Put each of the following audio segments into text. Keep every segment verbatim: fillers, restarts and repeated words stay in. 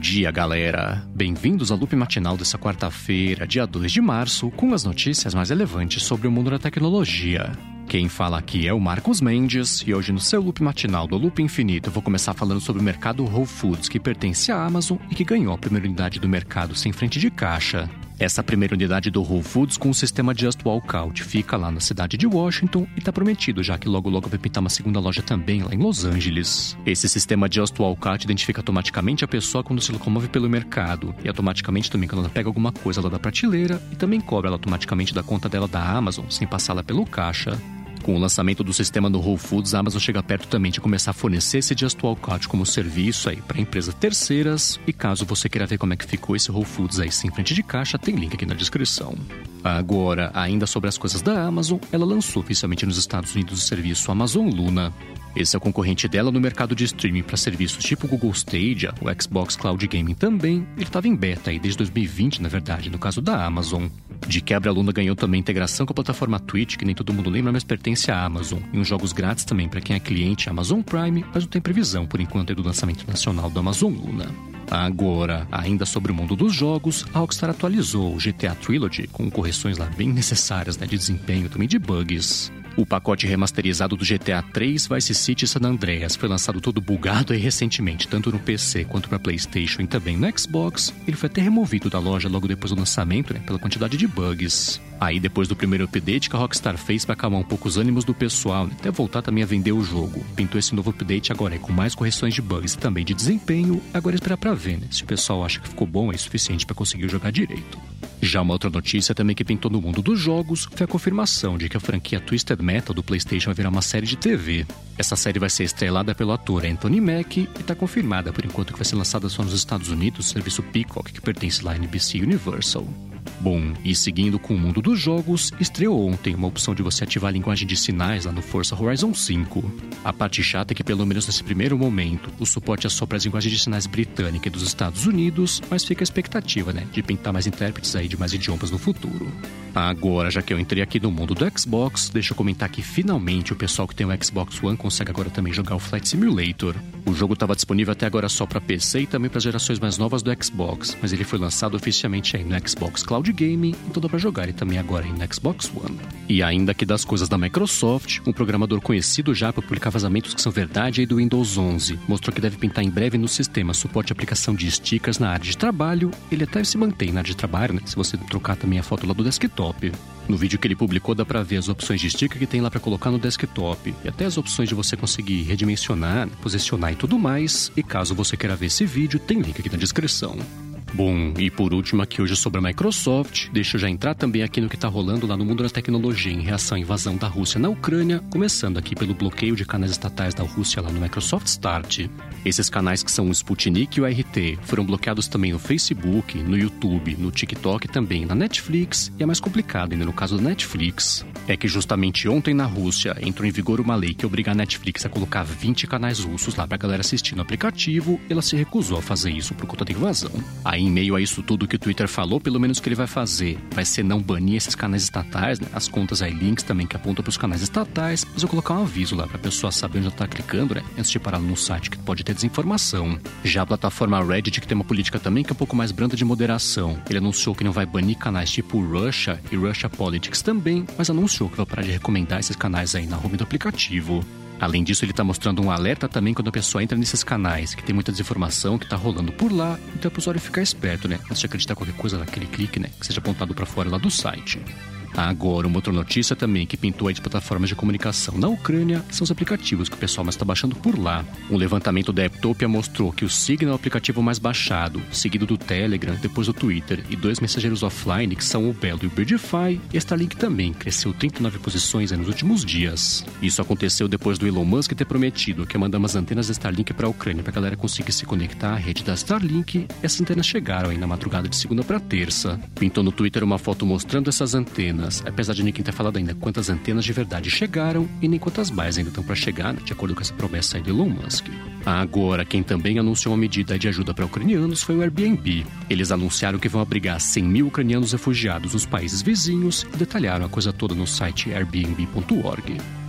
dia, galera! Bem-vindos ao loop matinal dessa quarta-feira, dia dois de março, com as notícias mais relevantes sobre o mundo da tecnologia. Quem fala aqui é o Marcos Mendes, e hoje no seu loop matinal do Loop Infinito eu vou começar falando sobre o mercado Whole Foods, que pertence à Amazon e que ganhou a primeira unidade do mercado sem frente de caixa. Essa primeira unidade do Whole Foods com o sistema Just Walk Out fica lá na cidade de Washington e tá prometido já que logo logo vai pintar uma segunda loja também lá em Los Angeles. Esse sistema Just Walk Out identifica automaticamente a pessoa quando se locomove pelo mercado e automaticamente também quando ela pega alguma coisa lá da prateleira e também cobra ela automaticamente da conta dela da Amazon sem passá-la pelo caixa. Com o lançamento do sistema do Whole Foods, a Amazon chega perto também de começar a fornecer esse Just Walk Out como serviço aí para empresas terceiras. E caso você queira ver como é que ficou esse Whole Foods aí sem frente de caixa, tem link aqui na descrição. Agora, ainda sobre as coisas da Amazon, ela lançou oficialmente nos Estados Unidos o serviço Amazon Luna. Esse é o concorrente dela no mercado de streaming para serviços tipo o Google Stadia, o Xbox Cloud Gaming também. Ele estava em beta aí desde dois mil e vinte, na verdade, no caso da Amazon. De quebra, a Luna ganhou também integração com a plataforma Twitch, que nem todo mundo lembra, mas pertence à Amazon. E uns jogos grátis também para quem é cliente Amazon Prime, mas não tem previsão, por enquanto, do lançamento nacional do Amazon Luna. Agora, ainda sobre o mundo dos jogos, a Rockstar atualizou o G T A Trilogy com correções lá bem necessárias, né, de desempenho e também de bugs. O pacote remasterizado do G T A três Vice City San Andreas foi lançado todo bugado aí recentemente, tanto no P C quanto para PlayStation e também no Xbox. Ele foi até removido da loja logo depois do lançamento, né, pela quantidade de bugs. Aí, depois do primeiro update que a Rockstar fez para acalmar um pouco os ânimos do pessoal, né, até voltar também a vender o jogo, pintou esse novo update agora é com mais correções de bugs e também de desempenho. Agora é esperar para ver, né, se o pessoal acha que ficou bom é suficiente para conseguir jogar direito. Já uma outra notícia também que pintou no mundo dos jogos foi a confirmação de que a franquia Twisted Metal do PlayStation vai virar uma série de T V. Essa série vai ser estrelada pelo ator Anthony Mackie e está confirmada por enquanto que vai ser lançada só nos Estados Unidos, o serviço Peacock, que pertence lá à N B C Universal. Bom, e seguindo com o mundo dos jogos, estreou ontem uma opção de você ativar a linguagem de sinais lá no Forza Horizon cinco. A parte chata é que, pelo menos nesse primeiro momento, o suporte é só para as linguagens de sinais britânica e dos Estados Unidos, mas fica a expectativa, né, de pintar mais intérpretes aí de mais idiomas no futuro. Agora, já que eu entrei aqui no mundo do Xbox, deixa eu comentar que finalmente o pessoal que tem o Xbox One consegue agora também jogar o Flight Simulator. O jogo estava disponível até agora só para P C e também para as gerações mais novas do Xbox, mas ele foi lançado oficialmente aí no Xbox Cloud Gaming, então dá para jogar ele também agora aí no Xbox One. E ainda aqui das coisas da Microsoft, um programador conhecido já por publicar vazamentos que são verdade aí do Windows onze, mostrou que deve pintar em breve no sistema suporte à aplicação de stickers na área de trabalho. Ele até se mantém na área de trabalho, né, se você trocar também a foto lá do desktop. No vídeo que ele publicou dá pra ver as opções de sticker que tem lá pra colocar no desktop e até as opções de você conseguir redimensionar, posicionar e tudo mais. E caso você queira ver esse vídeo, tem link aqui na descrição. Bom, e por último aqui hoje sobre a Microsoft, deixa eu já entrar também aqui no que tá rolando lá no mundo da tecnologia em reação à invasão da Rússia na Ucrânia, começando aqui pelo bloqueio de canais estatais da Rússia lá no Microsoft Start. Esses canais que são o Sputnik e o R T foram bloqueados também no Facebook, no YouTube, no TikTok e também na Netflix, e é mais complicado ainda no caso da Netflix. É que justamente ontem na Rússia entrou em vigor uma lei que obriga a Netflix a colocar vinte canais russos lá pra galera assistir no aplicativo, e ela se recusou a fazer isso por conta da invasão. Aí, em meio a isso tudo que o Twitter falou, pelo menos o que ele vai fazer vai ser não banir esses canais estatais, né? As contas aí, links também que apontam para os canais estatais, mas eu vou colocar um aviso lá para a pessoa saber onde ela tá clicando, né, antes de parar num site que pode ter desinformação. Já a plataforma Reddit, que tem uma política também que é um pouco mais branda de moderação, ele anunciou que não vai banir canais tipo Russia e Russia Politics também, mas anunciou que vai parar de recomendar esses canais aí na home do aplicativo. Além disso, ele tá mostrando um alerta também quando a pessoa entra nesses canais, que tem muita desinformação que tá rolando por lá, então é pro usuário ficar esperto, né? Antes de acreditar qualquer coisa naquele clique, né? Que seja apontado pra fora lá do site. Agora, uma outra notícia também que pintou aí de plataformas de comunicação na Ucrânia são os aplicativos que o pessoal mais está baixando por lá. Um levantamento da Apptopia mostrou que o Signal é o aplicativo mais baixado, seguido do Telegram, depois do Twitter, e dois mensageiros offline que são o Belo e o Birdify, e esta Starlink também cresceu trinta e nove posições nos últimos dias. Isso aconteceu depois do Elon Musk ter prometido que ia mandar umas antenas da Starlink para a Ucrânia para a galera conseguir se conectar à rede da Starlink, e essas antenas chegaram aí na madrugada de segunda para terça. Pintou no Twitter uma foto mostrando essas antenas, apesar de ninguém ter falado ainda quantas antenas de verdade chegaram e nem quantas mais ainda estão para chegar, né, de acordo com essa promessa aí de Elon Musk. Agora, quem também anunciou uma medida de ajuda para ucranianos foi o Airbnb. Eles anunciaram que vão abrigar cem mil ucranianos refugiados nos países vizinhos e detalharam a coisa toda no site airbnb ponto org.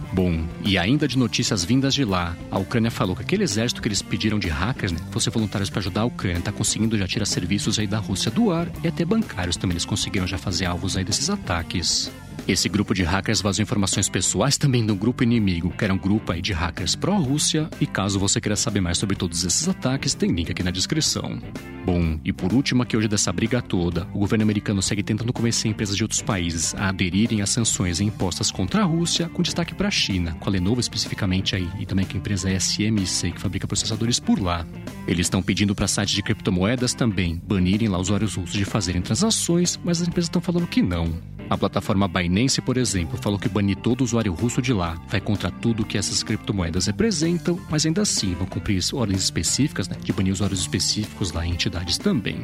Bom, e ainda de notícias vindas de lá, a Ucrânia falou que aquele exército que eles pediram de hackers, né, fosse voluntários para ajudar a Ucrânia, tá conseguindo já tirar serviços aí da Rússia do ar e até bancários também eles conseguiram já fazer alvos aí desses ataques. Esse grupo de hackers vazou informações pessoais também do grupo inimigo, que era um grupo aí de hackers pró-Rússia, e caso você queira saber mais sobre todos esses ataques, tem link aqui na descrição. Bom, e por último aqui hoje dessa briga toda, o governo americano segue tentando convencer empresas de outros países a aderirem às sanções impostas contra a Rússia, com destaque para a China, com a Lenovo especificamente aí, e também com a empresa S M C, que fabrica processadores por lá. Eles estão pedindo para sites de criptomoedas também banirem lá usuários russos de fazerem transações, mas as empresas estão falando que não. A plataforma Binance, por exemplo, falou que banir todo usuário russo de lá vai contra tudo que essas criptomoedas representam, mas ainda assim vão cumprir ordens específicas, né, de banir usuários específicos lá em entidades também.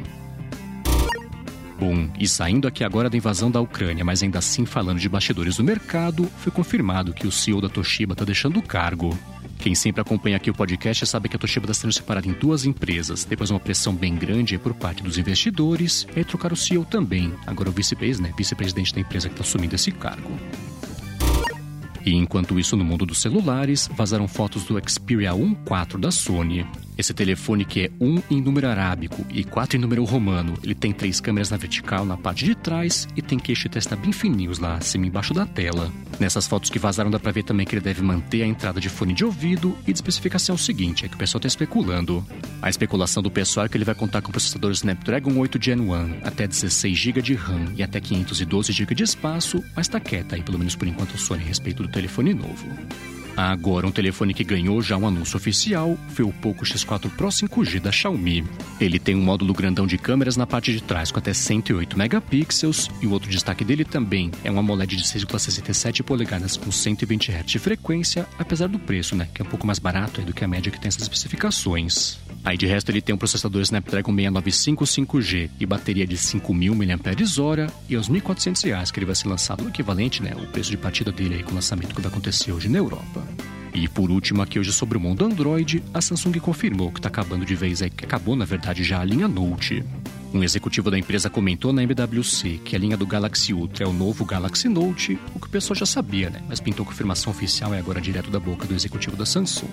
Bom, e saindo aqui agora da invasão da Ucrânia, mas ainda assim falando de bastidores do mercado, foi confirmado que o C E O da Toshiba está deixando o cargo. Quem sempre acompanha aqui o podcast sabe que a Toshiba está sendo separada em duas empresas, depois de uma pressão bem grande por parte dos investidores, e aí trocaram o C E O também, agora o vice-presidente, né, vice-presidente da empresa que está assumindo esse cargo. E enquanto isso, no mundo dos celulares, vazaram fotos do Xperia um quatro da Sony. Esse telefone que é um em número arábico e quatro em número romano, ele tem três câmeras na vertical na parte de trás e tem queixo e testa bem fininhos lá acima embaixo da tela. Nessas fotos que vazaram dá pra ver também que ele deve manter a entrada de fone de ouvido e de especificação é o seguinte, é que o pessoal tá especulando. A especulação do pessoal é que ele vai contar com processador Snapdragon oito Gen um, até dezesseis gigas de RAM e até quinhentos e doze gigas de espaço, mas tá quieta aí pelo menos por enquanto o Sony a respeito do telefone novo. Agora, um telefone que ganhou já um anúncio oficial foi o Poco X quatro Pro cinco G da Xiaomi. Ele tem um módulo grandão de câmeras na parte de trás com até cento e oito megapixels e o outro destaque dele também é um AMOLED de seis vírgula sessenta e sete polegadas com cento e vinte hertz de frequência, apesar do preço, né, que é um pouco mais barato aí do que a média que tem essas especificações. Aí de resto ele tem um processador Snapdragon seiscentos e noventa e cinco cinco G e bateria de cinco mil miliampères-hora e aos mil e quatrocentos reais que ele vai ser lançado, o equivalente, né, o preço de partida dele aí com o lançamento que vai acontecer hoje na Europa. E por último aqui hoje sobre o mundo Android, a Samsung confirmou que está acabando de vez aí, que acabou na verdade já a linha Note. Um executivo da empresa comentou na M W C que a linha do Galaxy Ultra é o novo Galaxy Note, o que o pessoal já sabia, né, mas pintou confirmação oficial é agora direto da boca do executivo da Samsung.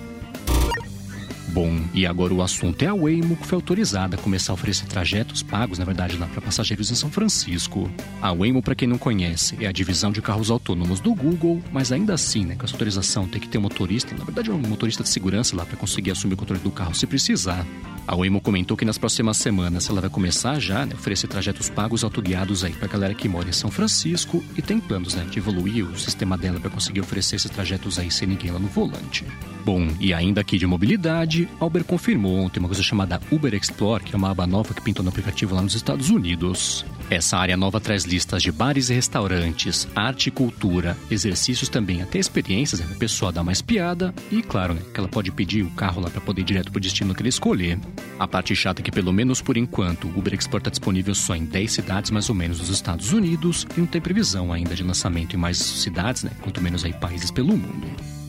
Bom, e agora o assunto é a Waymo, que foi autorizada a começar a oferecer trajetos pagos, na verdade, lá para passageiros em São Francisco. A Waymo, para quem não conhece, é a divisão de carros autônomos do Google, mas ainda assim, né, com essa autorização tem que ter um motorista, na verdade um motorista de segurança lá para conseguir assumir o controle do carro se precisar. A Waymo comentou que nas próximas semanas ela vai começar já, né, oferecer trajetos pagos autoguiados aí para a galera que mora em São Francisco e tem planos, né, de evoluir o sistema dela para conseguir oferecer esses trajetos aí sem ninguém lá no volante. Bom, e ainda aqui de mobilidade, a Uber confirmou ontem uma coisa chamada Uber Explore, que é uma aba nova que pintou no aplicativo lá nos Estados Unidos. Essa área nova traz listas de bares e restaurantes, arte e cultura, exercícios também, até experiências, né, para a pessoa dar mais piada e, claro, né, que ela pode pedir o carro lá para poder ir direto para o destino que ele escolher. A parte chata é que, pelo menos por enquanto, o Uber Explore está disponível só em dez cidades mais ou menos dos Estados Unidos e não tem previsão ainda de lançamento em mais cidades, né, quanto menos aí países pelo mundo.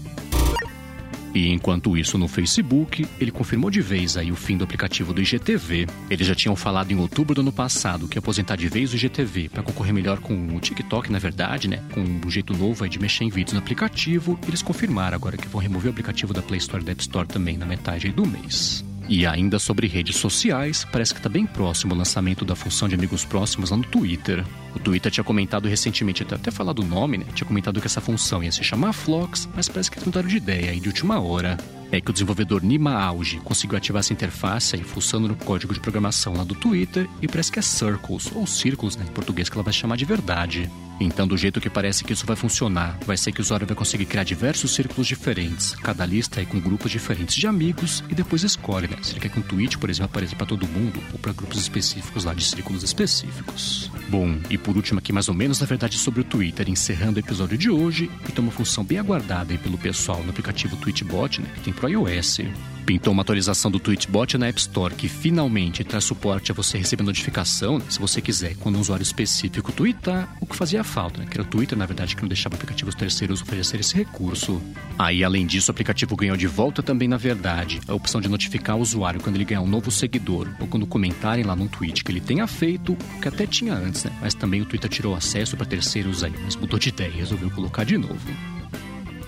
E enquanto isso, no Facebook, ele confirmou de vez aí o fim do aplicativo do I G T V. Eles já tinham falado em outubro do ano passado que ia aposentar de vez o I G T V para concorrer melhor com o TikTok, na verdade, né? Com um jeito novo aí de mexer em vídeos no aplicativo. Eles confirmaram agora que vão remover o aplicativo da Play Store e da App Store também na metade aí do mês. E ainda sobre redes sociais, parece que está bem próximo o lançamento da função de amigos próximos lá no Twitter. O Twitter tinha comentado recentemente, até falado o nome, né? Tinha comentado que essa função ia se chamar Flocks, mas parece que eles mudaram de ideia aí de última hora. É que o desenvolvedor Nima Auge conseguiu ativar essa interface aí, fuçando no código de programação lá do Twitter, e parece que é Circles, ou Círculos, né, em português, que ela vai chamar de verdade. Então, do jeito que parece que isso vai funcionar, vai ser que o usuário vai conseguir criar diversos círculos diferentes, cada lista aí com grupos diferentes de amigos, e depois escolhe, né, se ele quer que um tweet, por exemplo, apareça para todo mundo, ou para grupos específicos lá de círculos específicos. Bom, e por último aqui mais ou menos, na verdade, sobre o Twitter, encerrando o episódio de hoje, e tem uma função bem aguardada aí pelo pessoal no aplicativo Tweetbot, né, que tem pro iOS. Pintou uma atualização do Tweetbot na App Store que finalmente traz suporte a você receber notificação, né, se você quiser, quando um usuário específico tweetar, o que fazia falta, né, que era o Twitter, na verdade, que não deixava aplicativos terceiros oferecer esse recurso. Aí, além disso, o aplicativo ganhou de volta também, na verdade, a opção de notificar o usuário quando ele ganhar um novo seguidor, ou quando comentarem lá num tweet que ele tenha feito, o que até tinha antes, né, mas também o Twitter tirou acesso para terceiros aí, mas mudou de ideia e resolveu colocar de novo.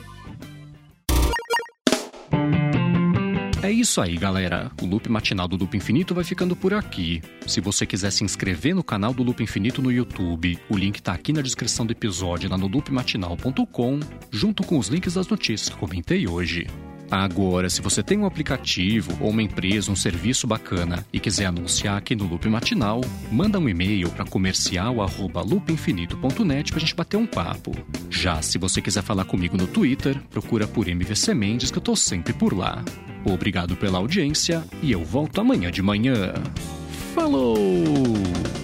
isso aí, galera. O Loop Matinal do Loop Infinito vai ficando por aqui. Se você quiser se inscrever no canal do Loop Infinito no YouTube, o link tá aqui na descrição do episódio lá no loop matinal ponto com, junto com os links das notícias que comentei hoje. Agora, se você tem um aplicativo ou uma empresa, um serviço bacana e quiser anunciar aqui no Loop Matinal, manda um e-mail para comercial arroba loop infinito ponto net pra gente bater um papo. Já se você quiser falar comigo no Twitter, procura por M V C Mendes que eu tô sempre por lá. Obrigado pela audiência e eu volto amanhã de manhã. Falou!